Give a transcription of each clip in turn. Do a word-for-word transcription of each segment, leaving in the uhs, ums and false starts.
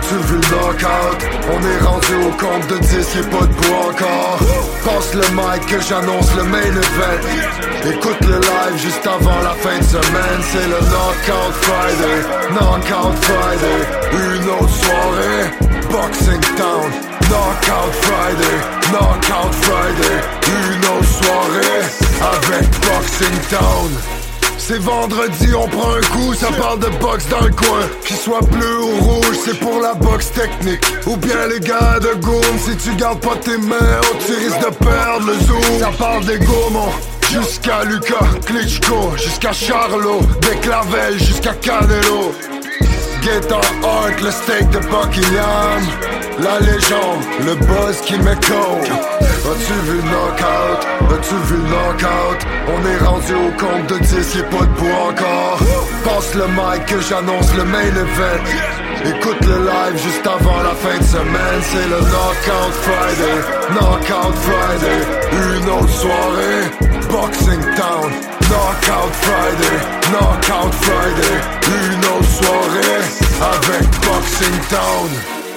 As-tu vu le knockout? On est rendu au compte de dix, y'a pas de bout encore. Passe le mic que j'annonce le main event. Écoute le live juste avant la fin de semaine. C'est le Knockout Friday, Knockout Friday. Une autre soirée, Boxing Town. Knockout Friday, Knockout Friday. Une autre soirée avec Boxing Town. C'est vendredi, on prend un coup, ça parle de boxe dans le coin. Qu'il soit bleu ou rouge, c'est pour la boxe technique. Ou bien les gars de Goom, si tu gardes pas tes mains, oh, tu risques de perdre le zoom. Ça parle des Gaumont, jusqu'à Lucas, Klitschko, jusqu'à Charlot, des Clavel jusqu'à Canelo. Get on Hart, le steak de Buckingham. La légende, le buzz qui m'écho. As-tu vu le knockout? As-tu vu le knockout? On est rendu au compte de dix, y'a pas de bout encore. Passe le mic que j'annonce le main event. Écoute le live juste avant la fin de semaine. C'est le Knockout Friday, Knockout Friday. Une autre soirée, Boxing Town. Knockout Friday, Knockout Friday. Une autre soirée avec Boxing Town.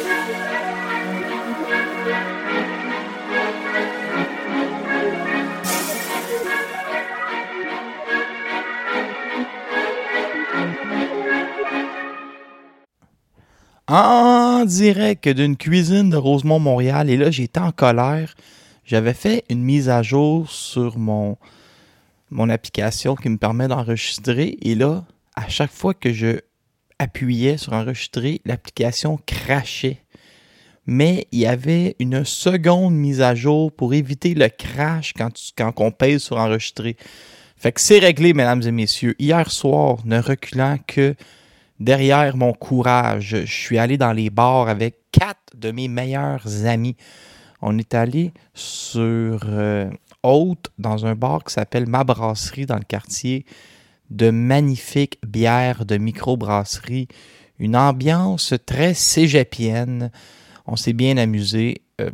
En direct d'une cuisine de Rosemont, Montréal. Et là, j'étais en colère. J'avais fait une mise à jour sur mon, mon application qui me permet d'enregistrer. Et là, à chaque fois que je appuyais sur enregistrer, l'application crashait. Mais il y avait une seconde mise à jour pour éviter le crash quand, tu, quand on pèse sur enregistrer. Fait que c'est réglé, mesdames et messieurs. Hier soir, ne reculant que derrière mon courage, je suis allé dans les bars avec quatre de mes meilleurs amis. On est allé sur euh, Haute, dans un bar qui s'appelle Ma Brasserie, dans le quartier. De magnifiques bières de microbrasserie. Une ambiance très cégepienne. On s'est bien amusé. Euh,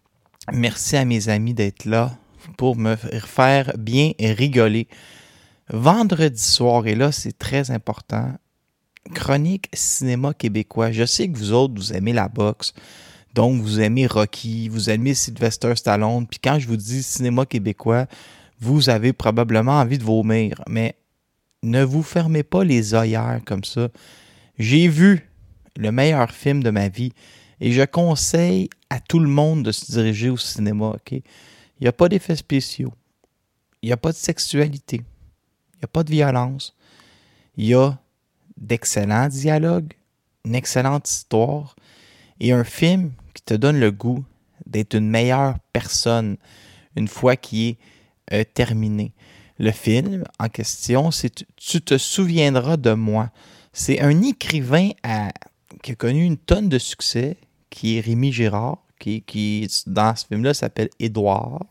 merci à mes amis d'être là pour me faire bien rigoler. Vendredi soir, et là, c'est très important, chronique cinéma québécois. Je sais que vous autres, vous aimez la boxe, donc vous aimez Rocky, vous aimez Sylvester Stallone, puis quand je vous dis cinéma québécois, vous avez probablement envie de vomir, mais ne vous fermez pas les œillères comme ça. J'ai vu le meilleur film de ma vie et je conseille à tout le monde de se diriger au cinéma, OK? Il n'y a pas d'effets spéciaux, il n'y a pas de sexualité, il n'y a pas de violence, il y a d'excellents dialogues, une excellente histoire et un film qui te donne le goût d'être une meilleure personne une fois qu'il est euh, terminé. Le film en question, c'est « Tu te souviendras de moi ». C'est un écrivain à, qui a connu une tonne de succès, qui est Rémi Girard, qui, qui dans ce film-là s'appelle Édouard,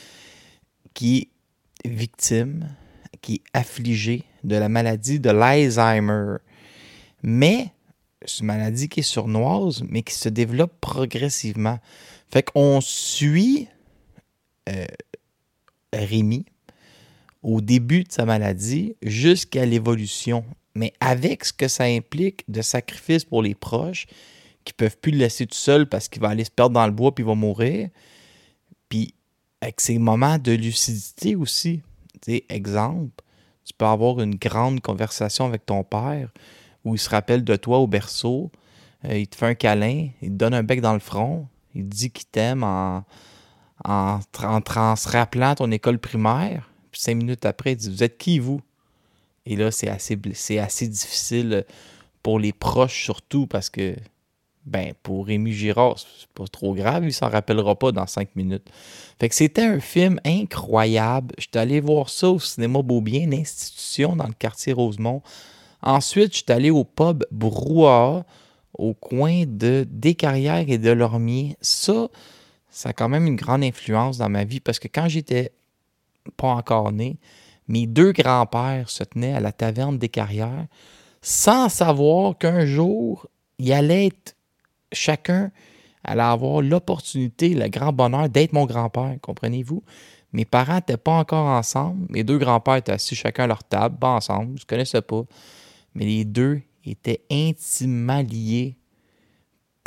qui est victime, qui est affligé de la maladie de l'Alzheimer. Mais, c'est une maladie qui est sournoise, mais qui se développe progressivement. Fait qu'on suit euh, Rémi au début de sa maladie jusqu'à l'évolution. Mais avec ce que ça implique de sacrifice pour les proches, qui ne peuvent plus le laisser tout seul parce qu'il va aller se perdre dans le bois puis il va mourir. Puis, avec ces moments de lucidité aussi. Tu sais, exemple, tu peux avoir une grande conversation avec ton père où il se rappelle de toi au berceau, euh, il te fait un câlin, il te donne un bec dans le front, il te dit qu'il t'aime en, en, en, en se rappelant ton école primaire, puis cinq minutes après, il dit « Vous êtes qui, vous? » Et là, c'est assez, c'est assez difficile pour les proches surtout parce que, ben, pour Rémi Girard, c'est pas trop grave, il s'en rappellera pas dans cinq minutes. Fait que c'était un film incroyable. J'étais allé voir ça au cinéma Beaubien, une institution dans le quartier Rosemont. Ensuite, j'étais allé au pub Brouhaha, au coin de Descarrières et de Lormier. Ça, ça a quand même une grande influence dans ma vie parce que quand j'étais pas encore né, mes deux grands-pères se tenaient à la taverne Descarrières sans savoir qu'un jour, il allait être chacun allait avoir l'opportunité, le grand bonheur d'être mon grand-père, comprenez-vous? Mes parents n'étaient pas encore ensemble. Mes deux grands-pères étaient assis chacun à leur table, pas ensemble, je ne connaissais pas. Mais les deux étaient intimement liés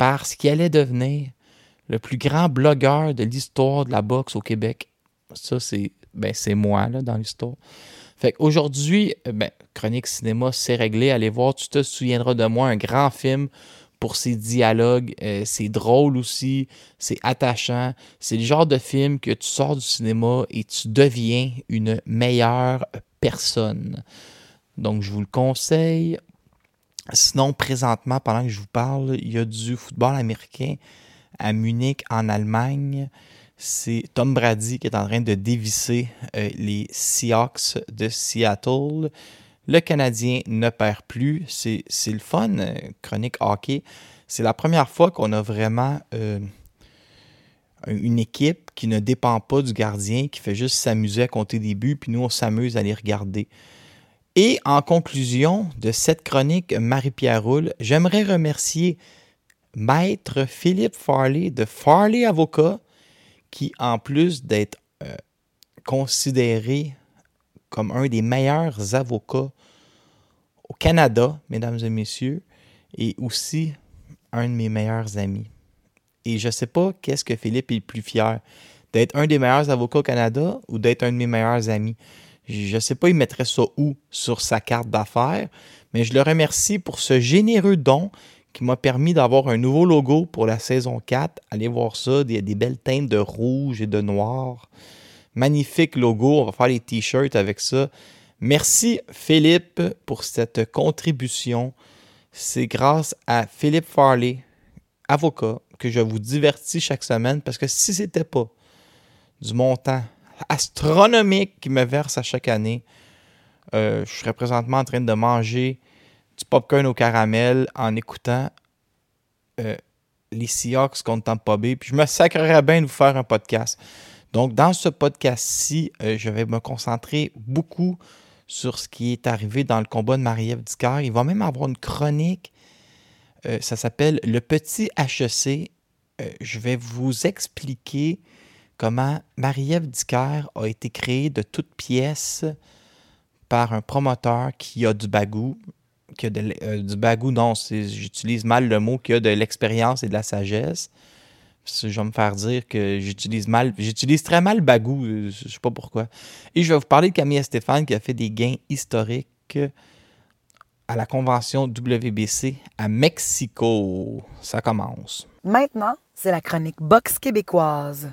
par ce qui allait devenir le plus grand blogueur de l'histoire de la boxe au Québec. Ça, c'est, ben, c'est moi, là, dans l'histoire. Fait qu'aujourd'hui, ben, Chronique Cinéma, c'est réglé. Allez voir, tu te souviendras de moi, un grand film pour ses dialogues. Euh, c'est drôle aussi, c'est attachant. C'est le genre de film que tu sors du cinéma et tu deviens une meilleure personne. Donc, je vous le conseille. Sinon, présentement, pendant que je vous parle, il y a du football américain à Munich, en Allemagne. C'est Tom Brady qui est en train de dévisser euh, les Seahawks de Seattle. Le Canadien ne perd plus. C'est, c'est le fun, euh, chronique hockey. C'est la première fois qu'on a vraiment euh, une équipe qui ne dépend pas du gardien, qui fait juste s'amuser à compter des buts, puis nous, on s'amuse à les regarder. Et en conclusion de cette chronique Marie-Pierre Roule, j'aimerais remercier Maître Philippe Farley de Farley Avocat, qui, en plus d'être euh, considéré comme un des meilleurs avocats au Canada, mesdames et messieurs, est aussi un de mes meilleurs amis. Et je ne sais pas qu'est-ce que Philippe est le plus fier, d'être un des meilleurs avocats au Canada ou d'être un de mes meilleurs amis. Je ne sais pas, il mettrait ça où sur sa carte d'affaires, mais je le remercie pour ce généreux don qui m'a permis d'avoir un nouveau logo pour la saison quatre. Allez voir ça, il y a des belles teintes de rouge et de noir. Magnifique logo, on va faire les t-shirts avec ça. Merci Philippe pour cette contribution. C'est grâce à Philippe Farley, avocat, que je vous divertis chaque semaine, parce que si ce n'était pas du montant astronomique qu'il me verse à chaque année, euh, je serais présentement en train de manger du popcorn au caramel en écoutant euh, les Seahawks contre Tampa Bay, puis je me sacrerais bien de vous faire un podcast. Donc, dans ce podcast-ci, euh, je vais me concentrer beaucoup sur ce qui est arrivé dans le combat de Marie-Ève Dicker. Il va même avoir une chronique, euh, ça s'appelle « Le petit H E C ». Euh, je vais vous expliquer comment Marie-Ève Dicker a été créée de toutes pièces par un promoteur qui a du bagou. Qui a de, euh, du bagou, non, c'est, j'utilise mal le mot, qui a de l'expérience et de la sagesse. Je vais me faire dire que j'utilise mal, j'utilise très mal bagou, je ne sais pas pourquoi. Et je vais vous parler de Camille Stéphane qui a fait des gains historiques à la convention W B C à Mexico. Ça commence. Maintenant, c'est la chronique boxe québécoise.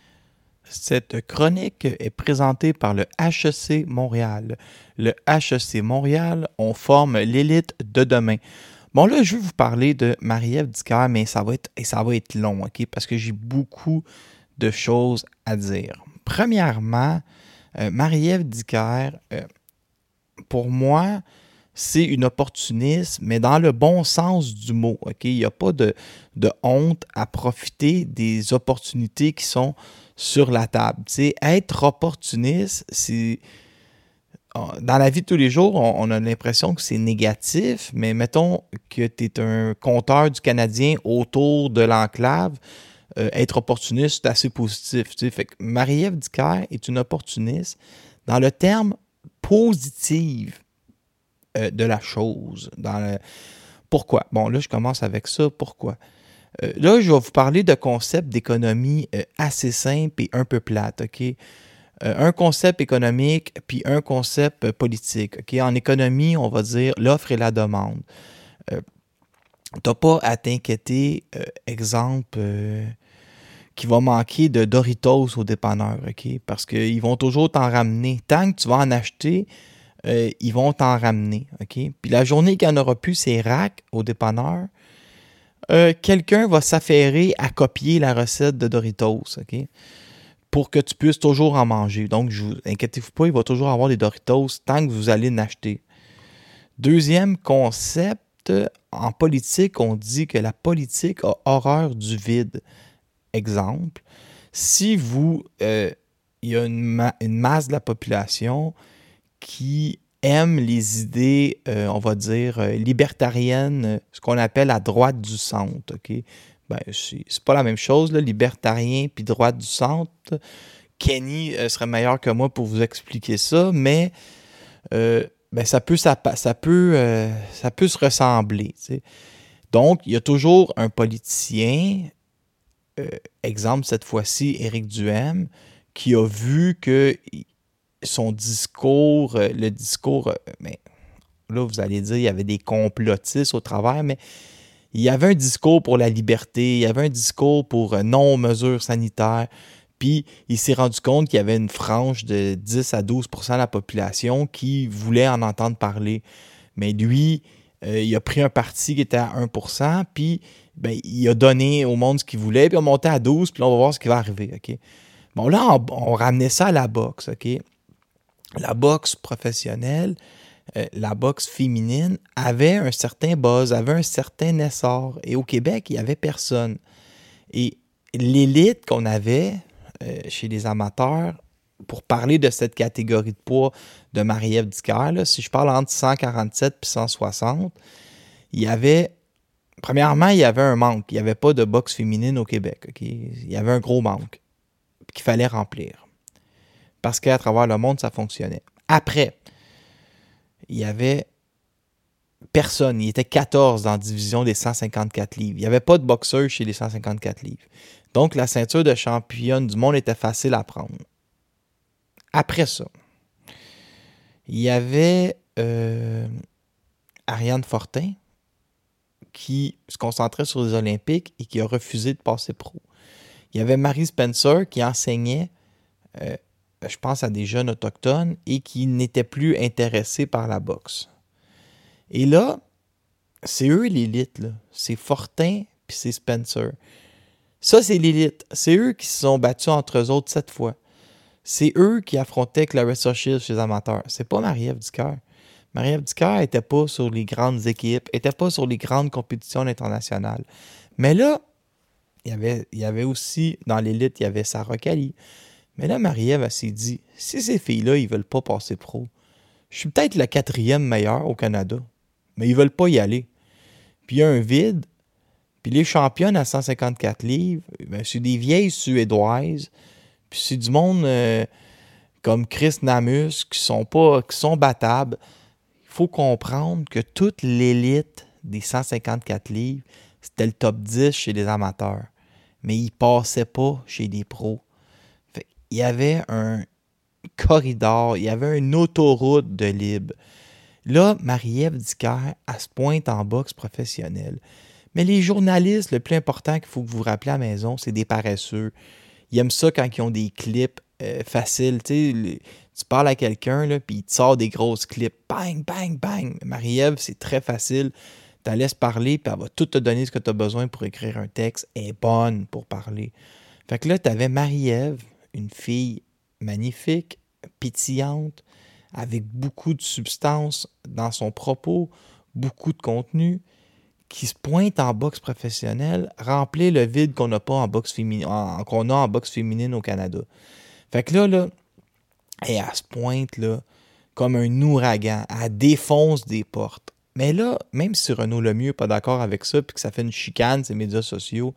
Cette chronique est présentée par le H E C Montréal. Le H E C Montréal, on forme l'élite de demain. Bon, là, je vais vous parler de Marie-Ève Dicker, mais ça va être, et ça va être long, OK? Parce que j'ai beaucoup de choses à dire. Premièrement, euh, Marie-Ève Dicker, euh, pour moi, c'est une opportuniste, mais dans le bon sens du mot, OK? Il n'y a pas de, de honte à profiter des opportunités qui sont sur la table. Tu sais, être opportuniste, c'est... Dans la vie de tous les jours, on, on a l'impression que c'est négatif, mais mettons que tu es un compteur du Canadien autour de l'enclave, euh, être opportuniste, c'est assez positif. Tu sais. Fait que Marie-Ève Dicker est une opportuniste dans le terme positif euh, de la chose. Dans le... Pourquoi? Bon, là, je commence avec ça. Pourquoi? Euh, là, je vais vous parler de concepts d'économie euh, assez simples et un peu plates, OK? Euh, un concept économique puis un concept euh, politique. Okay? En économie, on va dire l'offre et la demande. Euh, tu n'as pas à t'inquiéter, euh, exemple, euh, qu'il va manquer de Doritos au dépanneur, okay? Parce qu'ils vont toujours t'en ramener. Tant que tu vas en acheter, euh, ils vont t'en ramener. Okay? Puis la journée qu'il n'y en aura plus ces racks au dépanneur, euh, quelqu'un va s'affairer à copier la recette de Doritos. Okay? Pour que tu puisses toujours en manger. Donc, je vous inquiétez-vous pas, il va toujours avoir des Doritos tant que vous allez en acheter. Deuxième concept, en politique, on dit que la politique a horreur du vide. Exemple, si vous, euh, il y a une, ma- une masse de la population qui aime les idées, euh, on va dire, euh, libertariennes, ce qu'on appelle à droite du centre, OK? Ben, c'est, c'est pas la même chose, là, libertarien puis droite du centre. Kenny euh, serait meilleur que moi pour vous expliquer ça, mais euh, ben, ça, peut, ça, ça, peut, euh, ça peut se ressembler. T'sais. Donc, il y a toujours un politicien, euh, exemple cette fois-ci, Éric Duhaime, qui a vu que son discours, euh, le discours, euh, mais là, vous allez dire, il y avait des complotistes au travers, mais il y avait un discours pour la liberté, il y avait un discours pour euh, non aux mesures sanitaires, puis il s'est rendu compte qu'il y avait une frange de dix à douze pour cent de la population qui voulait en entendre parler. Mais lui, euh, il a pris un parti qui était à un pour cent, puis ben, il a donné au monde ce qu'il voulait, puis il a monté à douze, puis là, on va voir ce qui va arriver. Okay? Bon, là, on, on ramenait ça à la boxe. Okay? La boxe professionnelle, euh, la boxe féminine avait un certain buzz, avait un certain essor. Et au Québec, il n'y avait personne. Et l'élite qu'on avait euh, chez les amateurs, pour parler de cette catégorie de poids de Marie-Ève Dicker, là, si je parle entre cent quarante-sept et cent soixante, il y avait, premièrement, il y avait un manque. Il n'y avait pas de boxe féminine au Québec. Okay? Il y avait un gros manque qu'il fallait remplir. Parce qu'à travers le monde, ça fonctionnait. Après, il y avait personne. Il était quatorze dans la division des cent cinquante-quatre livres. Il n'y avait pas de boxeur chez les cent cinquante-quatre livres. Donc, la ceinture de championne du monde était facile à prendre. Après ça, il y avait euh, Ariane Fortin qui se concentrait sur les Olympiques et qui a refusé de passer pro. Il y avait Marie Spencer qui enseignait, euh, je pense, à des jeunes autochtones et qui n'étaient plus intéressés par la boxe. Et là, c'est eux l'élite, là. C'est Fortin puis c'est Spencer. Ça, c'est l'élite. C'est eux qui se sont battus entre eux autres sept fois. C'est eux qui affrontaient Clarissa Shields chez les amateurs. C'est pas Marie-Ève Dicker. Marie-Ève Dicker n'était pas sur les grandes équipes, n'était pas sur les grandes compétitions internationales. Mais là, il y avait, il y avait aussi, dans l'élite, il y avait Sarah Kali. Mais là, Marie-Ève, elle s'est dit, si ces filles-là, ils veulent pas passer pro, je suis peut-être la quatrième meilleure au Canada, mais ils veulent pas y aller. Puis il y a un vide, puis les championnes à cent cinquante-quatre livres, ben, c'est des vieilles Suédoises, puis c'est du monde euh, comme Chris Namus qui sont pas, qui sont battables. Il faut comprendre que toute l'élite des cent cinquante-quatre livres, c'était le top dix chez les amateurs. Mais ils passaient pas chez les pros. Fait, il y avait un corridor, il y avait une autoroute de libre. Là, Marie-Ève Dicker, elle se pointe en boxe professionnelle. Mais les journalistes, le plus important qu'il faut que vous vous rappelez à la maison, c'est des paresseux. Ils aiment ça quand ils ont des clips euh, faciles. Tu sais, tu parles à quelqu'un, là, puis il te sort des grosses clips. Bang, bang, bang. Marie-Ève, c'est très facile. Tu la laisses parler, puis elle va tout te donner ce que tu as besoin pour écrire un texte. Elle est bonne pour parler. Fait que là, tu avais Marie-Ève, une fille magnifique, pétillante, avec beaucoup de substance dans son propos, beaucoup de contenu, qui se pointe en boxe professionnelle, remplir le vide qu'on n'a pas en boxe féminine, en, qu'on a en boxe féminine au Canada. Fait que là, là, elle, elle se pointe là, comme un ouragan. Elle défonce des portes. Mais là, même si Renaud Lemieux n'est pas d'accord avec ça, puis que ça fait une chicane, ces médias sociaux,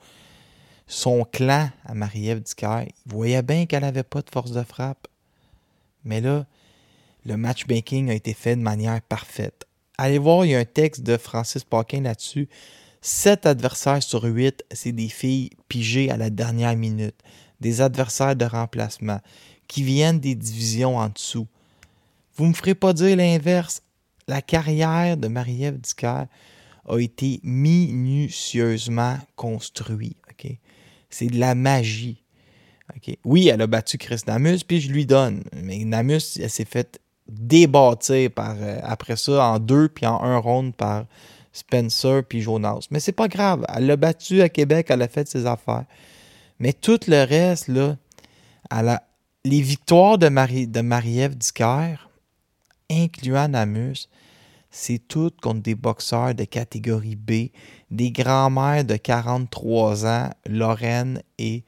son clan à Marie-Ève Dicker, il voyait bien qu'elle n'avait pas de force de frappe. Mais là, le matchmaking a été fait de manière parfaite. Allez voir, il y a un texte de Francis Paquin là-dessus. Sept adversaires sur huit, c'est des filles pigées à la dernière minute. Des adversaires de remplacement qui viennent des divisions en dessous. Vous ne me ferez pas dire l'inverse. La carrière de Marie-Ève Dicker a été minutieusement construite. Okay? C'est de la magie. Okay? Oui, elle a battu Chris Namus, puis je lui donne. Mais Namus, elle s'est fait débattre par, euh, après ça en deux puis en un round par Spencer puis Jonas. Mais c'est pas grave. Elle l'a battu à Québec, elle a fait ses affaires. Mais tout le reste, là, elle a, les victoires de, Marie, de Marie-Ève Dicker, incluant Namus, c'est toutes contre des boxeurs de catégorie B, des grands-mères de quarante-trois ans, Lorraine et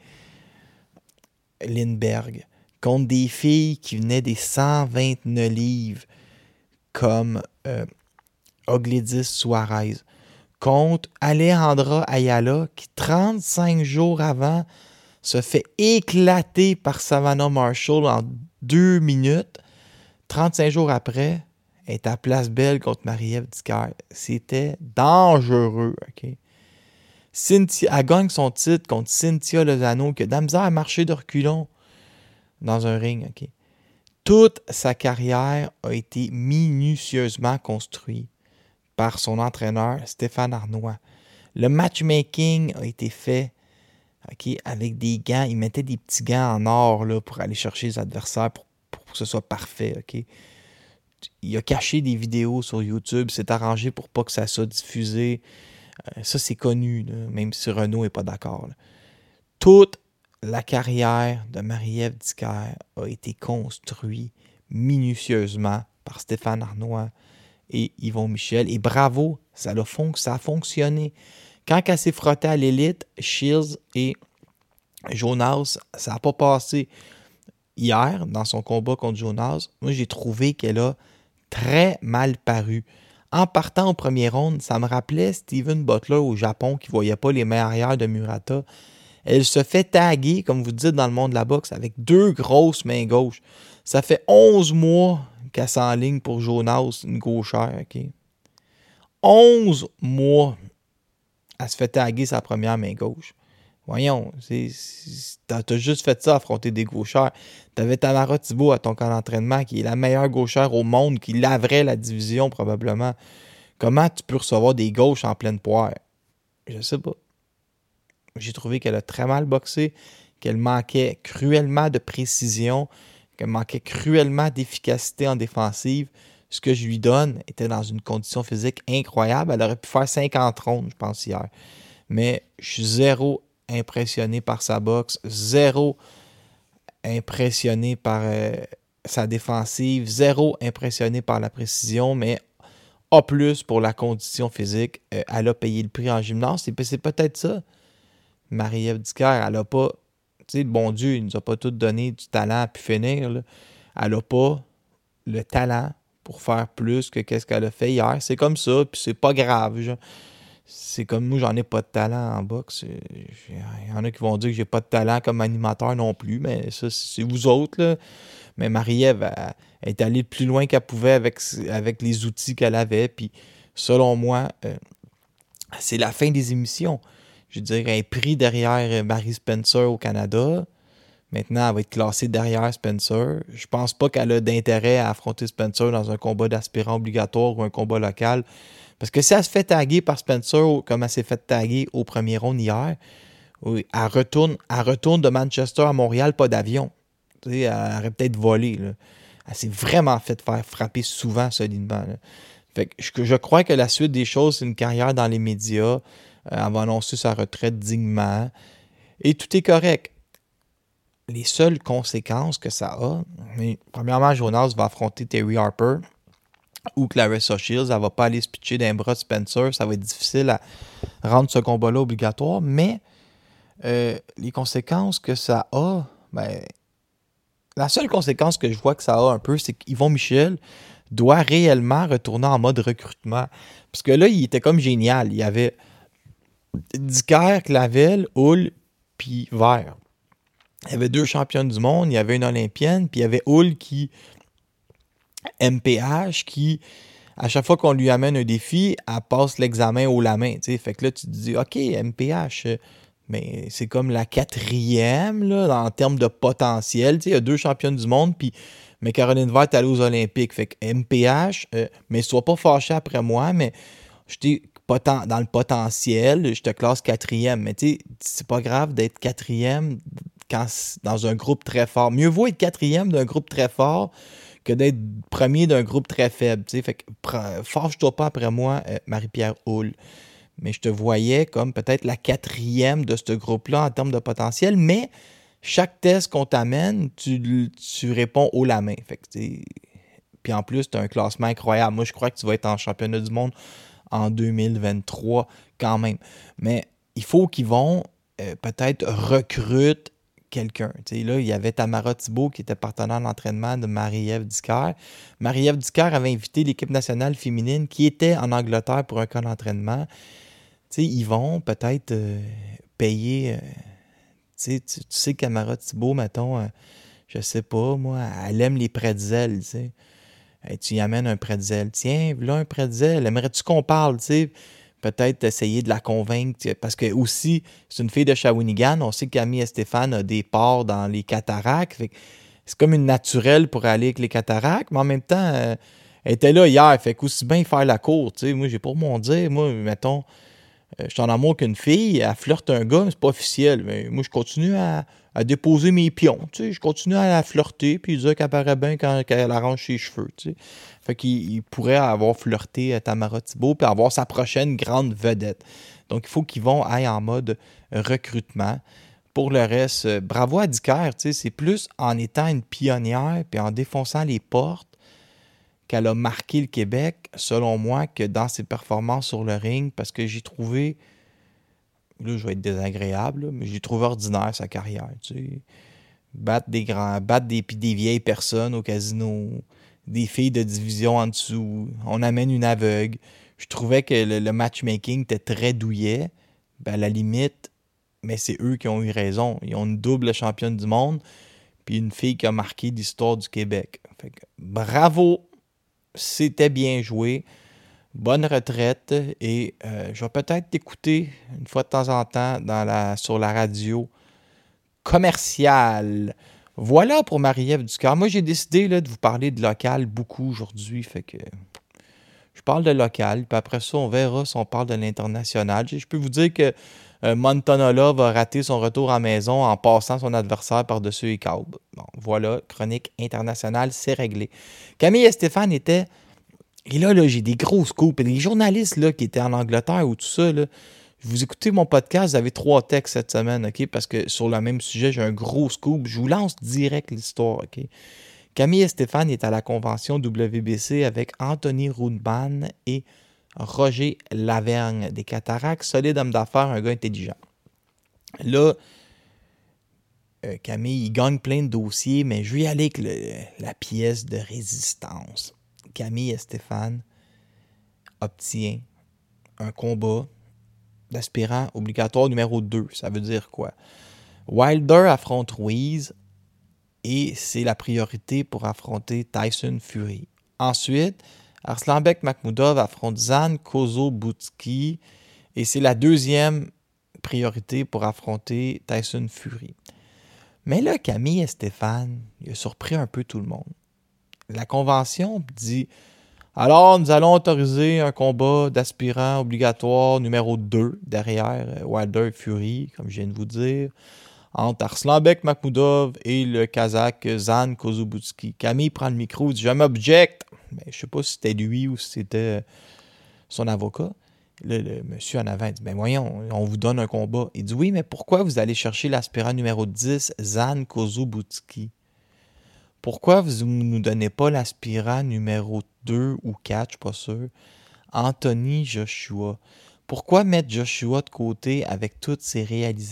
Lindbergh, contre des filles qui venaient des cent vingt-neuf livres, comme euh, Ogledis Suarez, contre Alejandra Ayala, qui trente-cinq jours avant se fait éclater par Savannah Marshall en deux minutes. trente-cinq jours après, est à Place Belle contre Marie-Ève Dicker. C'était dangereux, OK? Cynthia, elle gagne son titre contre Cynthia Lozano, qui a de la misère à marcher de reculons dans un ring, OK? Toute sa carrière a été minutieusement construite par son entraîneur, Stéphane Arnois. Le matchmaking a été fait, OK, avec des gants. Il mettait des petits gants en or là, pour aller chercher les adversaires pour, pour que ce soit parfait, OK? Il a caché des vidéos sur YouTube, s'est arrangé pour pas que ça soit diffusé. Euh, ça, c'est connu, là, même si Renaud n'est pas d'accord. Là. Toute la carrière de Marie-Ève Dicker a été construite minutieusement par Stéphane Arnois et Yvon Michel. Et bravo, ça a, fon- ça a fonctionné. Quand elle s'est frottée à l'élite, Shields et Jonas, ça n'a pas passé. Hier, dans son combat contre Jonas, moi, j'ai trouvé qu'elle a très mal paru. En partant au premier round, ça me rappelait Steven Butler au Japon qui ne voyait pas les mains arrière de Murata. Elle se fait taguer, comme vous dites dans le monde de la boxe, avec deux grosses mains gauches. Ça fait onze mois qu'elle s'enligne pour Jonas, une gauchère. Okay? onze mois. Elle se fait taguer sa première main gauche. Voyons, c'est, c'est, t'as, t'as juste fait ça, affronter des gauchères. T'avais Tamara Thibault à ton camp d'entraînement, qui est la meilleure gauchère au monde, qui laverait la division probablement. Comment tu peux recevoir des gauches en pleine poire? Je sais pas. J'ai trouvé qu'elle a très mal boxé, qu'elle manquait cruellement de précision, qu'elle manquait cruellement d'efficacité en défensive. Ce que je lui donne était dans une condition physique incroyable. Elle aurait pu faire cinquante rondes, je pense, hier. Mais je suis zéro impressionné par sa boxe, zéro impressionné par euh, sa défensive, zéro impressionné par la précision, mais A plus pour la condition physique. Euh, elle a payé le prix en gymnase, et c'est peut-être ça. Marie-Ève Dicker, elle n'a pas, tu sais, le bon Dieu, il ne nous a pas tout donné du talent à pu finir, là. Elle n'a pas le talent pour faire plus que qu'est-ce qu'elle a fait hier. C'est comme ça, puis c'est pas grave, genre. C'est comme moi, j'en ai pas de talent en boxe. Il y en a qui vont dire que j'ai pas de talent comme animateur non plus, mais ça, c'est vous autres, là. Mais Marie-Ève est allée plus loin qu'elle pouvait avec, avec les outils qu'elle avait. Puis, selon moi, euh, c'est la fin des émissions. Je veux dire, elle est prise derrière Mary Spencer au Canada. Maintenant, elle va être classée derrière Spencer. Je pense pas qu'elle a d'intérêt à affronter Spencer dans un combat d'aspirant obligatoire ou un combat local. Parce que si elle se fait taguer par Spencer, comme elle s'est fait taguer au premier round hier, oui, elle retourne, elle retourne de Manchester à Montréal, pas d'avion. Tu sais, elle aurait peut-être volé, là. Elle s'est vraiment fait faire frapper souvent solidement, là. Fait que je, je crois que la suite des choses, c'est une carrière dans les médias. Euh, elle va annoncer sa retraite dignement. Et tout est correct. Les seules conséquences que ça a, mais, premièrement, Jonas va affronter Terry Harper ou Clarissa Shields. Elle ne va pas aller se pitcher d'un bras de Spencer. Ça va être difficile à rendre ce combat-là obligatoire. Mais euh, les conséquences que ça a, ben, la seule conséquence que je vois que ça a un peu, c'est qu'Yvon Michel doit réellement retourner en mode recrutement. Parce que là, il était comme génial. Il y avait Dicker, Clavel, Hull, puis Vert. Il y avait deux championnes du monde, il y avait une olympienne, puis il y avait Hull qui, M P H, qui, à chaque fois qu'on lui amène un défi, elle passe l'examen haut la main. T'sais. Fait que là, tu te dis, OK, M P H, mais c'est comme la quatrième, là, en termes de potentiel. T'sais, il y a deux championnes du monde, puis mais Caroline Vert est allée aux Olympiques. Fait que M P H, euh, mais sois pas fâché après moi, mais je t'ai poten- dans le potentiel, je te classe quatrième. Mais tu sais, c'est pas grave d'être quatrième quand dans un groupe très fort. Mieux vaut être quatrième d'un groupe très fort que d'être premier d'un groupe très faible. T'sais. Fait que fâche-toi pas après moi, euh, Marie-Pierre Hull. Mais je te voyais comme peut-être la quatrième de ce groupe-là en termes de potentiel, mais chaque test qu'on t'amène, tu, tu réponds haut la main. Fait que, puis en plus, tu as un classement incroyable. Moi, je crois que tu vas être en championnat du monde en deux mille vingt-trois quand même. Mais il faut qu'ils vont euh, peut-être recruter quelqu'un. T'sais, là, il y avait Tamara Thibault qui était partenaire d'entraînement de Marie-Ève Dicker. Marie-Ève Dicker avait invité l'équipe nationale féminine qui était en Angleterre pour un camp d'entraînement. T'sais, ils vont peut-être euh, payer... Euh, Tu, tu sais que Tamara Thibault, mettons, euh, je sais pas, moi, elle aime les pretzels, tu sais. Hey, tu y amènes un pretzel. Tiens, là, un pretzel. Aimerais-tu qu'on parle, tu sais? Peut-être essayer de la convaincre. Parce que aussi, c'est une fille de Shawinigan. On sait que Camille et Stéphane ont des parts dans les cataractes. Fait que c'est comme une naturelle pour aller avec les cataractes. Mais en même temps, euh, elle était là hier. Fait qu'aussi bien faire la cour. Tu sais, moi, j'ai pour mon dire. Moi, mettons, euh, je suis en amour qu'une fille. Elle flirte un gars, mais c'est pas officiel. Mais moi, je continue à, à déposer mes pions. Tu sais, je continue à la flirter. Puis dire qu'elle paraît bien quand, quand elle arrange ses cheveux. Tu sais. Fait qu'il il pourrait avoir flirté Tamara Thibault puis avoir sa prochaine grande vedette. Donc, il faut qu'ils vont aillent en mode recrutement. Pour le reste, euh, bravo à Dicker, tu sais, c'est plus en étant une pionnière puis en défonçant les portes qu'elle a marqué le Québec, selon moi, que dans ses performances sur le ring, parce que j'ai trouvé, là, je vais être désagréable, là, mais j'ai trouvé ordinaire sa carrière, tu sais. Battre des grands, battre des, des vieilles personnes au casino, des filles de division en dessous, on amène une aveugle. Je trouvais que le, le matchmaking était très douillet. Ben, à la limite, mais c'est eux qui ont eu raison. Ils ont une double championne du monde, puis une fille qui a marqué l'histoire du Québec. Fait que, bravo, c'était bien joué. Bonne retraite, et euh, je vais peut-être t'écouter une fois de temps en temps dans la, sur la radio commerciale. Voilà pour Marie-Ève Ducœur. Moi, j'ai décidé là, de vous parler de local beaucoup aujourd'hui, fait que je parle de local, puis après ça, on verra si on parle de l'international. Je peux vous dire que euh, Montonola va rater son retour à la maison en passant son adversaire par-dessus les câbles. Bon, voilà, chronique internationale, c'est réglé. Camille et Stéphane étaient... Et là, là j'ai des gros scoops. Et les journalistes là, qui étaient en Angleterre ou tout ça, là, vous écoutez mon podcast, vous avez trois textes cette semaine, OK? Parce que sur le même sujet, j'ai un gros scoop. Je vous lance direct l'histoire, OK? Camille et Stéphane est à la convention W B C avec Anthony Rundman et Roger Lavergne, des cataractes, solide homme d'affaires, un gars intelligent. Là, euh, Camille, il gagne plein de dossiers, mais je vais y aller avec le, la pièce de résistance. Camille et Stéphane obtient un combat d'aspirant obligatoire numéro deux. Ça veut dire quoi? Wilder affronte Ruiz et c'est la priorité pour affronter Tyson Fury. Ensuite, Arslanbek Makhmoudov affronte Zan Kozo-Butski et c'est la deuxième priorité pour affronter Tyson Fury. Mais là, Camille et Stéphane, il a surpris un peu tout le monde. La convention dit « Alors, nous allons autoriser un combat d'aspirant obligatoire numéro deux derrière Wilder et Fury, comme je viens de vous dire, entre Arslanbek Makhmoudov et le Kazakh Zan Kozo-Butski. » Camille prend le micro et dit « Je m'objecte. » Ben, je ne sais pas si c'était lui ou si c'était son avocat. Là, le monsieur en avant dit « Ben voyons, on vous donne un combat. » Il dit « Oui, mais pourquoi vous allez chercher l'aspirant numéro dix, Zan Kozo-Butski? Pourquoi vous ne nous donnez pas l'aspirant numéro deux ou quatre, je suis pas sûr, Anthony Joshua? Pourquoi mettre Joshua de côté avec toutes ses réalisations? »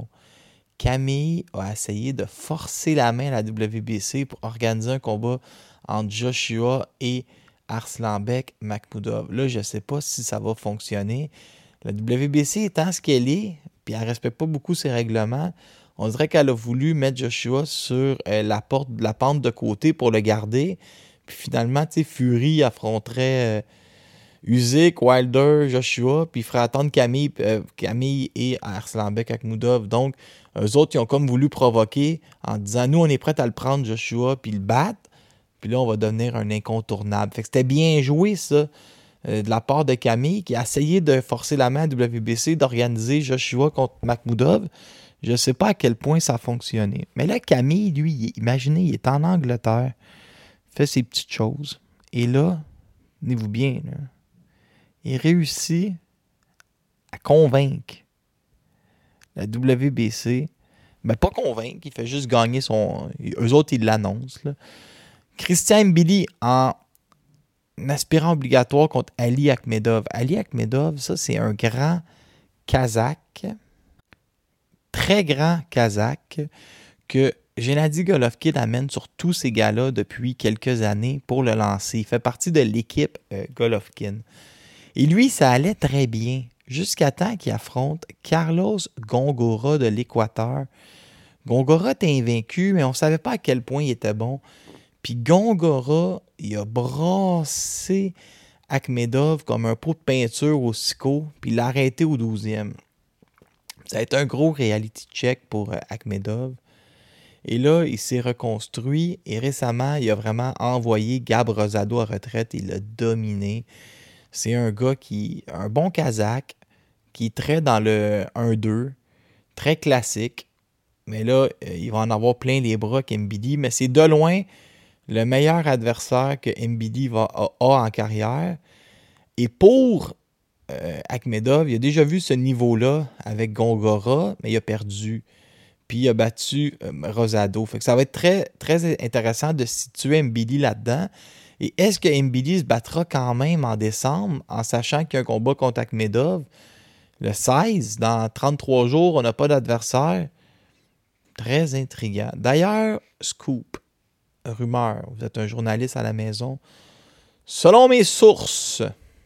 Camille a essayé de forcer la main à la W B C pour organiser un combat entre Joshua et Arslanbek Makhmoudov. Là, je ne sais pas si ça va fonctionner. La W B C étant ce qu'elle est, puis elle ne respecte pas beaucoup ses règlements, on dirait qu'elle a voulu mettre Joshua sur euh, la porte, la pente de côté pour le garder. Puis finalement, tu sais, Fury affronterait euh, Usyk, Wilder, Joshua, puis il ferait attendre Camille, euh, Camille et Arslanbek Makhmoudov. Donc, eux autres, ils ont comme voulu provoquer en disant « Nous, on est prêts à le prendre, Joshua, puis le battre. Puis là, on va devenir un incontournable. » Fait que c'était bien joué, ça, euh, de la part de Camille, qui a essayé de forcer la main à W B C d'organiser Joshua contre Makhmoudov. Je ne sais pas à quel point ça a fonctionné. Mais là, Camille, lui, imaginez, il est en Angleterre, fait ses petites choses. Et là, tenez-vous bien, là, il réussit à convaincre la W B C. Mais pas convaincre, il fait juste gagner son... Eux autres, ils l'annoncent, là. Christian Mbili en aspirant obligatoire contre Ali Akhmedov. Ali Akhmedov, ça, c'est un grand Kazakh, très grand Kazakh, que Gennady Golovkin amène sur tous ces gars-là depuis quelques années pour le lancer. Il fait partie de l'équipe euh, Golovkin. Et lui, ça allait très bien, jusqu'à temps qu'il affronte Carlos Gongora de l'Équateur. Gongora était invaincu, mais on ne savait pas à quel point il était bon. Puis Gongora, il a brassé Akhmedov comme un pot de peinture au sicko, puis il l'a arrêté au douzième. Ça a été un gros reality check pour euh, Akhmedov. Et là, il s'est reconstruit et récemment, il a vraiment envoyé Gab Rosado à retraite. Il l'a dominé. C'est un gars qui, un bon Kazakh, qui est très dans le un deux, très classique. Mais là, euh, il va en avoir plein les bras qu'Mbidi. Mais c'est de loin le meilleur adversaire que Mbidi va, a, a en carrière. Et pour euh, Akhmedov, il a déjà vu ce niveau-là avec Gongora, mais il a perdu. Puis il a battu euh, Rosado. Fait que ça va être très, très intéressant de situer Mbidi là-dedans. Et est-ce que Mbidi se battra quand même en décembre, en sachant qu'il y a un combat contre Akhmedov le seize, dans trente-trois jours, on n'a pas d'adversaire? Très intriguant. D'ailleurs, scoop, rumeur, vous êtes un journaliste à la maison. Selon mes sources,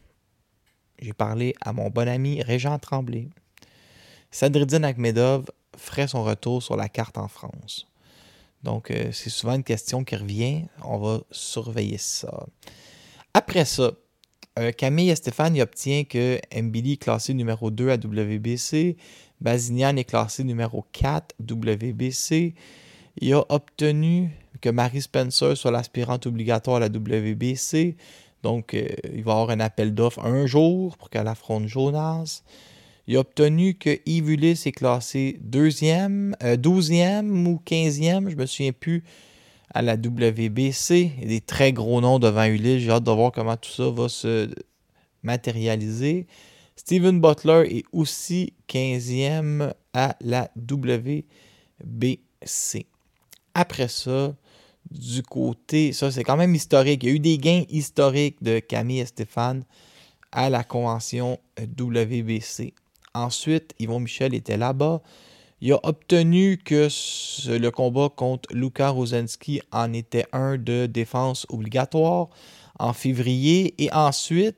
j'ai parlé à mon bon ami Régent Tremblay. Sadreddine Akhmedov ferait son retour sur la carte en France. Donc, euh, c'est souvent une question qui revient. On va surveiller ça. Après ça, euh, Camille Estefan obtient que Mbidi est classé numéro deux à W B C. Bazinian est classé numéro quatre W B C. Il a obtenu que Mary Spencer soit l'aspirante obligatoire à la W B C. Donc, euh, il va y avoir un appel d'offres un jour pour qu'elle affronte Jonas. Il a obtenu que Yves Ulysse est classé deuxième, euh, douzième ou quinzième, je ne me souviens plus, à la W B C. Il y a des très gros noms devant Ulysse. J'ai hâte de voir comment tout ça va se matérialiser. Steven Butler est aussi quinzième à la W B C. Après ça, du côté, ça c'est quand même historique. Il y a eu des gains historiques de Camille Estefan à la convention W B C. Ensuite, Yvon Michel était là-bas. Il a obtenu que ce, le combat contre Luka Rozensky en était un de défense obligatoire en février. Et ensuite,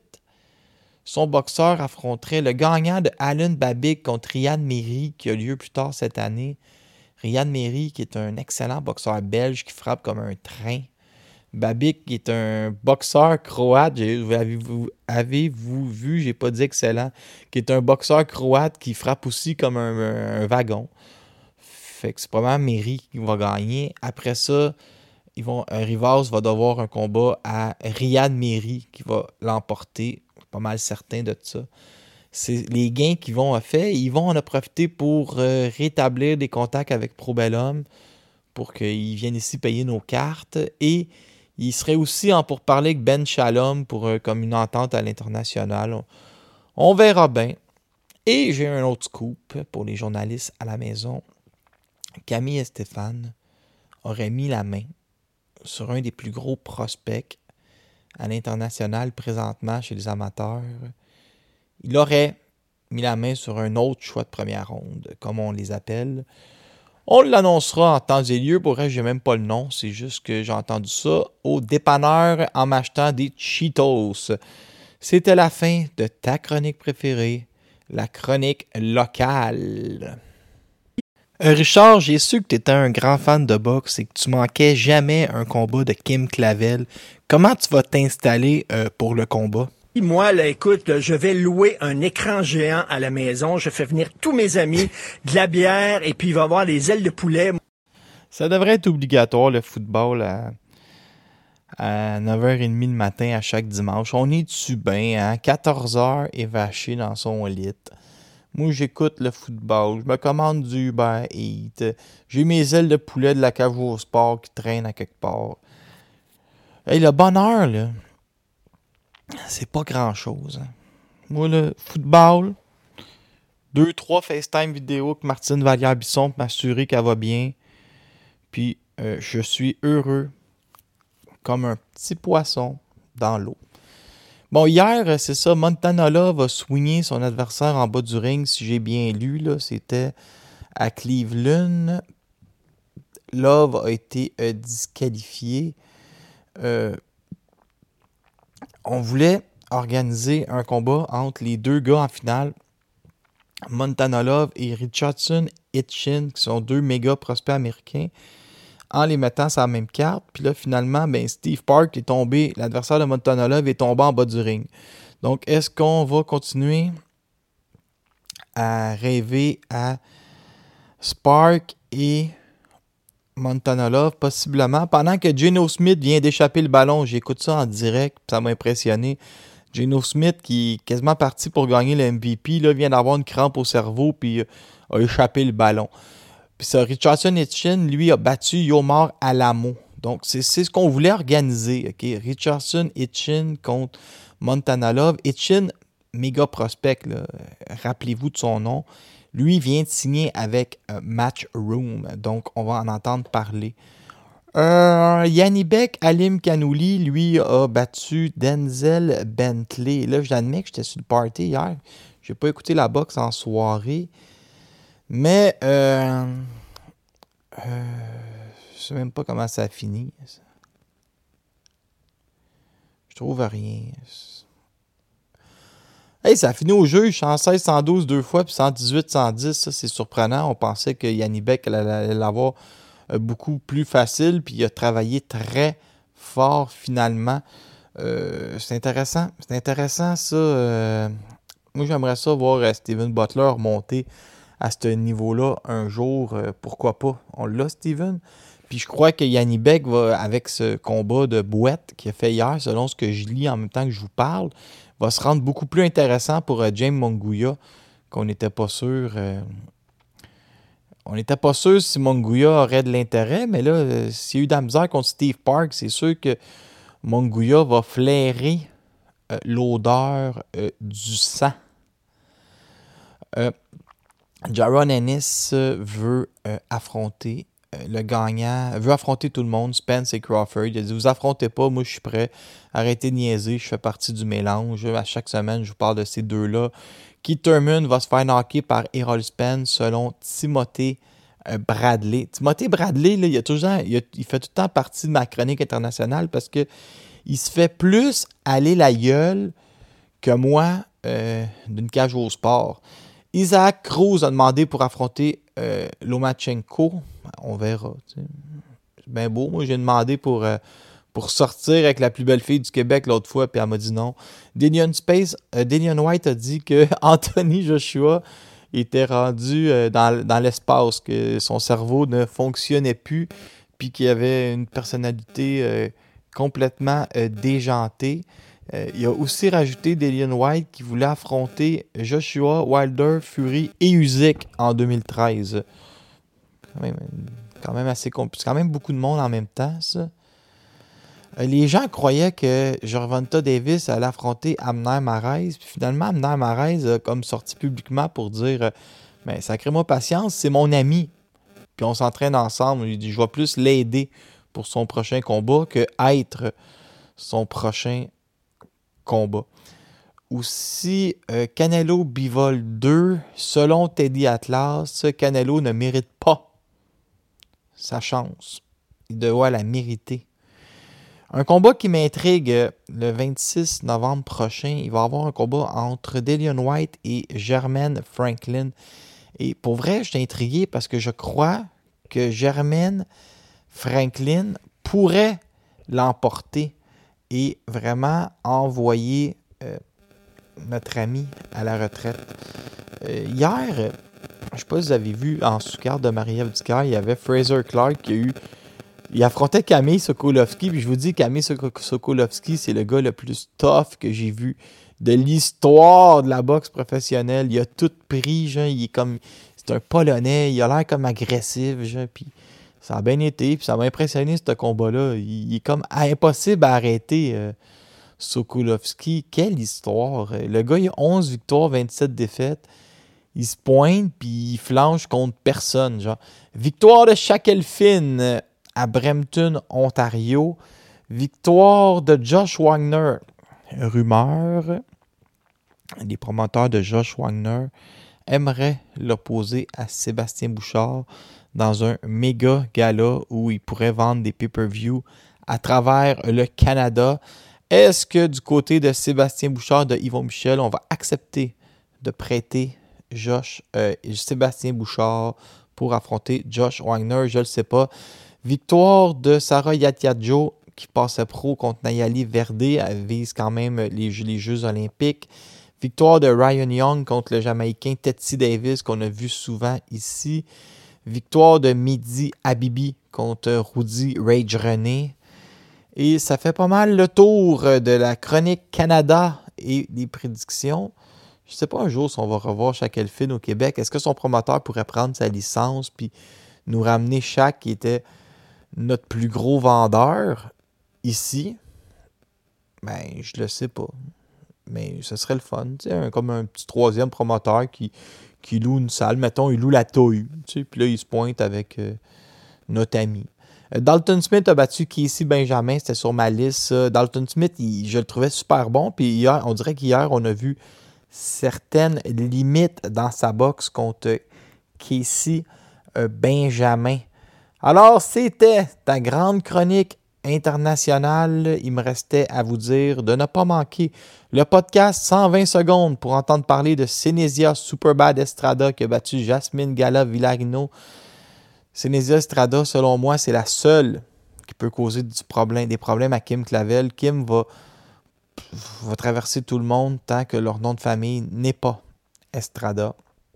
son boxeur affronterait le gagnant de Alan Babik contre Riyad Mehri qui a lieu plus tard cette année. Riyad Mehri qui est un excellent boxeur belge qui frappe comme un train. Babik qui est un boxeur croate, avez-vous, avez-vous vu, j'ai pas dit excellent, qui est un boxeur croate qui frappe aussi comme un, un, un wagon. Fait que c'est probablement Mehri qui va gagner. Après ça, ils vont, Rivas va devoir un combat à Riyad Mehri qui va l'emporter. Pas mal certain de ça. C'est les gains qu'ils vont faire. Ils vont en profiter pour euh, rétablir des contacts avec Probellum pour qu'ils viennent ici payer nos cartes. Et il serait aussi en pourparlers avec Ben Shalom pour euh, comme une entente à l'international. On, on verra bien. Et j'ai un autre scoop pour les journalistes à la maison. Camille Estefan aurait mis la main sur un des plus gros prospects à l'international présentement chez les amateurs. Il aurait mis la main sur un autre choix de première ronde, comme on les appelle. On l'annoncera en temps et lieu. Pour vrai, je n'ai même pas le nom. C'est juste que j'ai entendu ça au dépanneur en m'achetant des Cheetos. C'était la fin de ta chronique préférée, la chronique locale. Euh, Richard, j'ai su que tu étais un grand fan de boxe et que tu manquais jamais un combat de Kim Clavel. Comment tu vas t'installer euh, pour le combat? Moi, là, écoute, là, je vais louer un écran géant à la maison. Je fais venir tous mes amis, de la bière, et puis il va y avoir des ailes de poulet. Ça devrait être obligatoire, le football, à, à neuf heures trente le matin à chaque dimanche. On est dessus bien, hein? quatorze heures évaché dans son lit. Moi, j'écoute le football. Je me commande du Uber Eats. J'ai mes ailes de poulet de la cave au sport qui traînent à quelque part. Hey, le bonheur, là, c'est pas grand-chose. Hein. Moi, le football, deux, trois FaceTime vidéo avec Martine Vallière-Bisson pour m'assurer qu'elle va bien. Puis, euh, je suis heureux comme un petit poisson dans l'eau. Bon, hier, c'est ça, Montanala va swinguer son adversaire en bas du ring, si j'ai bien lu, là, c'était à Cleveland. Love a été euh, disqualifié. Euh, on voulait organiser un combat entre les deux gars en finale, Montana Love et Richardson Hitchin, qui sont deux méga prospects américains. en les mettant sur la même carte. Puis là, finalement, ben, Steve Park est tombé, l'adversaire de Montanalov est tombé en bas du ring. Donc, est-ce qu'on va continuer à rêver à Spark et Montanalov, possiblement, pendant que Geno Smith vient d'échapper le ballon? J'écoute ça en direct, ça m'a impressionné. Geno Smith, qui est quasiment parti pour gagner le M V P, là, vient d'avoir une crampe au cerveau puis a échappé le ballon. Puis ça, Richardson Hitchin, lui, a battu Yomar Alamo. Donc, c'est, c'est ce qu'on voulait organiser. Okay? Richardson Hitchin contre Montanalov. Hitchin, méga prospect, là. Rappelez-vous de son nom. Lui vient de signer avec euh, Matchroom. Donc, on va en entendre parler. Euh, Yanibek Alim Kanouli, lui, a battu Denzel Bentley. Là, je l'admets que j'étais sur le party hier. Je n'ai pas écouté la boxe en soirée. Mais, euh, euh, je ne sais même pas comment ça a fini. Je trouve rien. Hey, ça a fini au jeu. cent seize cent douze deux fois, puis cent dix-huit cent dix. Ça, c'est surprenant. On pensait que Yanibek allait l'avoir beaucoup plus facile, puis il a travaillé très fort finalement. Euh, c'est intéressant. C'est intéressant, ça. Euh, moi, j'aimerais ça voir euh, Steven Butler monter à ce niveau-là un jour. Euh, pourquoi pas? On l'a, Steven. Puis je crois que Yanibek va, avec ce combat de boîte qu'il a fait hier, selon ce que je lis en même temps que je vous parle, va se rendre beaucoup plus intéressant pour euh, James Munguia, qu'on n'était pas sûr. Euh, on n'était pas sûr si Munguia aurait de l'intérêt, mais là, euh, s'il y a eu de la misère contre Steve Park, c'est sûr que Munguia va flairer euh, l'odeur euh, du sang. Euh, Jaron Ennis veut euh, affronter euh, le gagnant, veut affronter tout le monde, Spence et Crawford. Il a dit, vous affrontez pas, moi je suis prêt. Arrêtez de niaiser, je fais partie du mélange. À chaque semaine, je vous parle de ces deux-là. Keith Thurman va se faire knocker par Errol Spence selon Timothée euh, Bradley. Timothée Bradley, là, il, a toujours, il, a, il fait tout le temps partie de ma chronique internationale parce que il se fait plus aller la gueule que moi euh, d'une cage au sport. Isaac Cruz a demandé pour affronter euh, Lomachenko. On verra. T'sais. C'est bien beau. Moi, j'ai demandé pour, euh, pour sortir avec la plus belle fille du Québec l'autre fois, puis elle m'a dit non. Dillian Space, euh, Dillian White a dit que Anthony Joshua était rendu euh, dans, dans l'espace, que son cerveau ne fonctionnait plus, puis qu'il avait une personnalité euh, complètement euh, déjantée. Euh, il a aussi rajouté Dillian White qui voulait affronter Joshua, Wilder, Fury et Usyk en deux mille treize. Quand même, quand même assez compliqué. C'est quand même beaucoup de monde en même temps, ça. Euh, les gens croyaient que Gervonta Davis allait affronter Abner Mares. Puis finalement, Abner Mares a comme sorti publiquement pour dire ben, sacrez-moi patience, c'est mon ami. Puis on s'entraîne ensemble. Il dit je vais plus l'aider pour son prochain combat que être son prochain combat. Aussi, euh, Canelo Bivol deux, selon Teddy Atlas, Canelo ne mérite pas sa chance. Il doit la mériter. Un combat qui m'intrigue le vingt-six novembre prochain, il va y avoir un combat entre Dillian White et Jermaine Franklin. Et pour vrai, je suis intrigué parce que je crois que Jermaine Franklin pourrait l'emporter et vraiment envoyer euh, notre ami à la retraite. Euh, hier, euh, je ne sais pas si vous avez vu en sous-carte de Marie-Ève Ducaire, il y avait Fraser Clark qui a eu. Il affrontait Camille Sokolowski, puis je vous dis, Camille Sokolowski, c'est le gars le plus tough que j'ai vu de l'histoire de la boxe professionnelle. Il a tout pris, genre, il est comme. C'est un Polonais, il a l'air comme agressif, genre, puis. Ça a bien été, puis ça m'a impressionné, ce combat-là. Il, il est comme impossible à arrêter, euh, Sokolowski. Quelle histoire! Le gars, il a onze victoires, vingt-sept défaites. Il se pointe, puis il flanche contre personne. Genre. Victoire de Shaquille Finn à Brampton, Ontario. Victoire de Josh Wagner. Rumeur. Les promoteurs de Josh Wagner aimeraient l'opposer à Sébastien Bouchard dans un méga gala où il pourrait vendre des pay-per-view à travers le Canada. Est-ce que du côté de Sébastien Bouchard, de Yvon Michel, on va accepter de prêter Josh, euh, Sébastien Bouchard pour affronter Josh Wagner? Je ne le sais pas. Victoire de Sarah Yatiadjo qui passait pro contre Nayeli Verdé. Elle vise quand même les, les Jeux olympiques. Victoire de Ryan Young contre le Jamaïcain Tetsi Davis qu'on a vu souvent ici. Victoire de Mehdi Habibi contre Rudy Rage René. Et ça fait pas mal le tour de la chronique Canada et des prédictions. Je ne sais pas un jour si on va revoir Shaq Elfin au Québec. Est-ce que son promoteur pourrait prendre sa licence puis nous ramener Shaq qui était notre plus gros vendeur ici? Ben, je le sais pas. Mais ce serait le fun. Tu sais, un, comme un petit troisième promoteur qui, qui loue une salle. Mettons, il loue la T O U. Tu sais, puis là, il se pointe avec euh, notre ami. Euh, Dalton Smith a battu Casey Benjamin. C'était sur ma liste. Euh, Dalton Smith, il, je le trouvais super bon. Puis hier, on dirait qu'hier, on a vu certaines limites dans sa boxe contre Casey euh, Benjamin. Alors, c'était ta grande chronique internationale. Il me restait à vous dire de ne pas manquer le podcast cent vingt secondes pour entendre parler de Senesia Superbad Estrada qui a battu Jasmine Gala Villarino. Senesia Estrada, selon moi, c'est la seule qui peut causer du problème, des problèmes à Kim Clavel. Kim va, va traverser tout le monde tant que leur nom de famille n'est pas Estrada.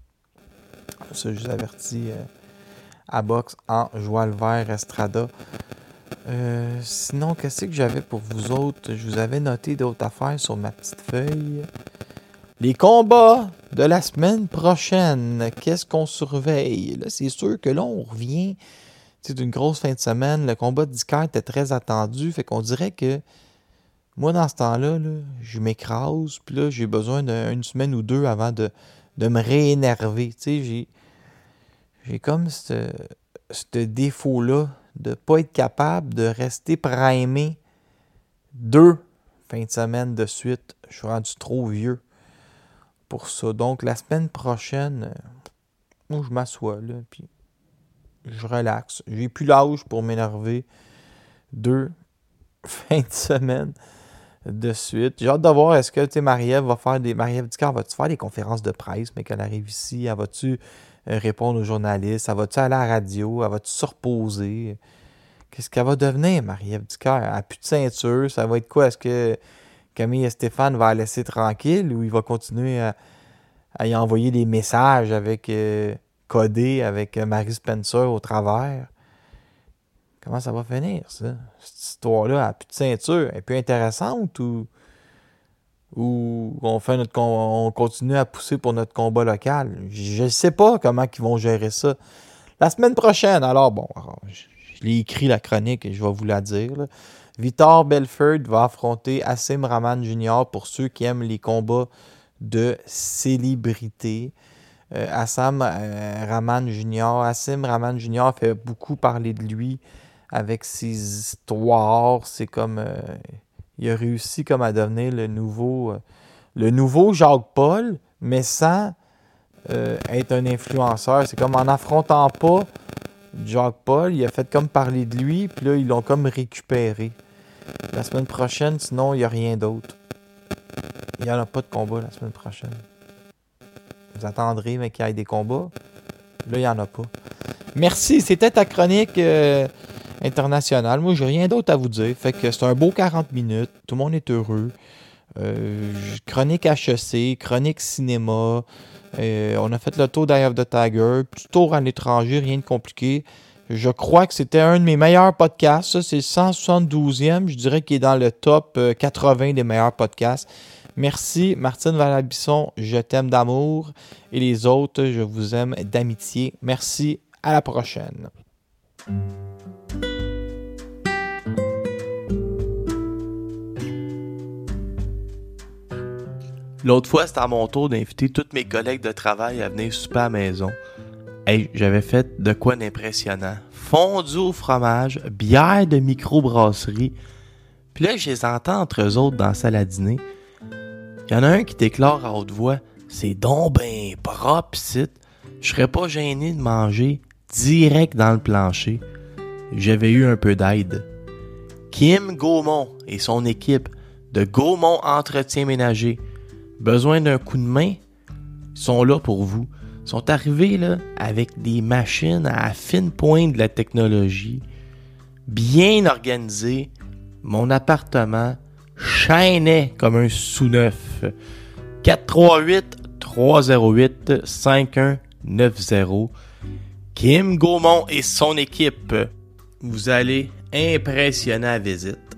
Ça, je vous avertis euh, à boxe en joie le vert Estrada. Euh, sinon, qu'est-ce que j'avais pour vous autres? Je vous avais noté d'autres affaires sur ma petite feuille. Les combats de la semaine prochaine. Qu'est-ce qu'on surveille? Là, c'est sûr que là, on revient d'une grosse fin de semaine. Le combat d'Iker était très attendu. Fait qu'on dirait que moi, dans ce temps-là, là, je m'écrase. Puis là, j'ai besoin d'une semaine ou deux avant de, de me réénerver. Tu sais, j'ai, j'ai comme ce, ce défaut-là de ne pas être capable de rester primé deux fins de semaine de suite. Je suis rendu trop vieux pour ça. Donc, la semaine prochaine, moi, je m'assois, là, puis je relaxe. J'ai plus l'âge pour m'énerver deux fins de semaine de suite. J'ai hâte de voir, est-ce que, tu sais, Marie-Ève va faire des... Marie-Ève Ducard, va-tu faire des conférences de presse, mais qu'elle arrive ici, elle va-tu répondre aux journalistes, elle va-tu aller à la radio, elle va-tu se reposer? Qu'est-ce qu'elle va devenir, Marie-Ève Ducard? Elle n'a plus de ceinture, ça va être quoi? Est-ce que Camille et Stéphane vont la laisser tranquille ou il va continuer à, à y envoyer des messages avec euh, codés avec Marie Spencer au travers? Comment ça va finir, ça? Cette histoire-là, elle n'a plus de ceinture. Elle est plus intéressante ou, ou on, fait notre, on continue à pousser pour notre combat local? Je ne sais pas comment ils vont gérer ça. La semaine prochaine, alors bon, alors, je, je l'ai écrit la chronique et je vais vous la dire, là. Vitor Belfort va affronter Asim Rahman junior pour ceux qui aiment les combats de célébrité. Euh, Assam euh, Rahman junior Asim Rahman junior fait beaucoup parler de lui avec ses histoires. C'est comme... Euh, il a réussi comme à devenir le nouveau, euh, le nouveau Jacques Paul, mais sans euh, être un influenceur. C'est comme en n'affrontant pas Jacques Paul, il a fait comme parler de lui, puis là, ils l'ont comme récupéré. La semaine prochaine, sinon, il n'y a rien d'autre. Il n'y en a pas de combat la semaine prochaine. Vous attendrez, mais qu'il y ait des combats. Là, il n'y en a pas. Merci, c'était ta chronique euh, internationale. Moi, j'ai rien d'autre à vous dire. Fait que c'est un beau quarante minutes. Tout le monde est heureux. Euh, chronique H E C, chronique cinéma. Euh, on a fait le tour d'Eye of the Tiger. Petit tour à l'étranger, rien de compliqué. Je crois que c'était un de mes meilleurs podcasts. Ça, c'est le cent soixante-douzième. Je dirais qu'il est dans le top quatre-vingts des meilleurs podcasts. Merci, Martine Valabisson. Je t'aime d'amour. Et les autres, je vous aime d'amitié. Merci. À la prochaine. L'autre fois, c'était à mon tour d'inviter tous mes collègues de travail à venir souper à la maison. Hey, j'avais fait de quoi d'impressionnant. Fondu au fromage, bière de microbrasserie. Puis là, je les entends entre eux autres dans la salle à dîner. Il y en a un qui déclare à haute voix « C'est donc ben propre, cite. Je serais pas gêné de manger direct dans le plancher. » J'avais eu un peu d'aide. Kim Gaumont et son équipe de Gaumont Entretien Ménager. Besoin d'un coup de main? Ils sont là pour vous. Ils sont arrivés là, avec des machines à la fine pointe de la technologie. bien organisé. Mon appartement chaînait comme un sous-neuf. quatre trois huit, trois zéro huit, cinq un neuf zéro. Kim Gaumont et son équipe. Vous allez impressionner à la visite.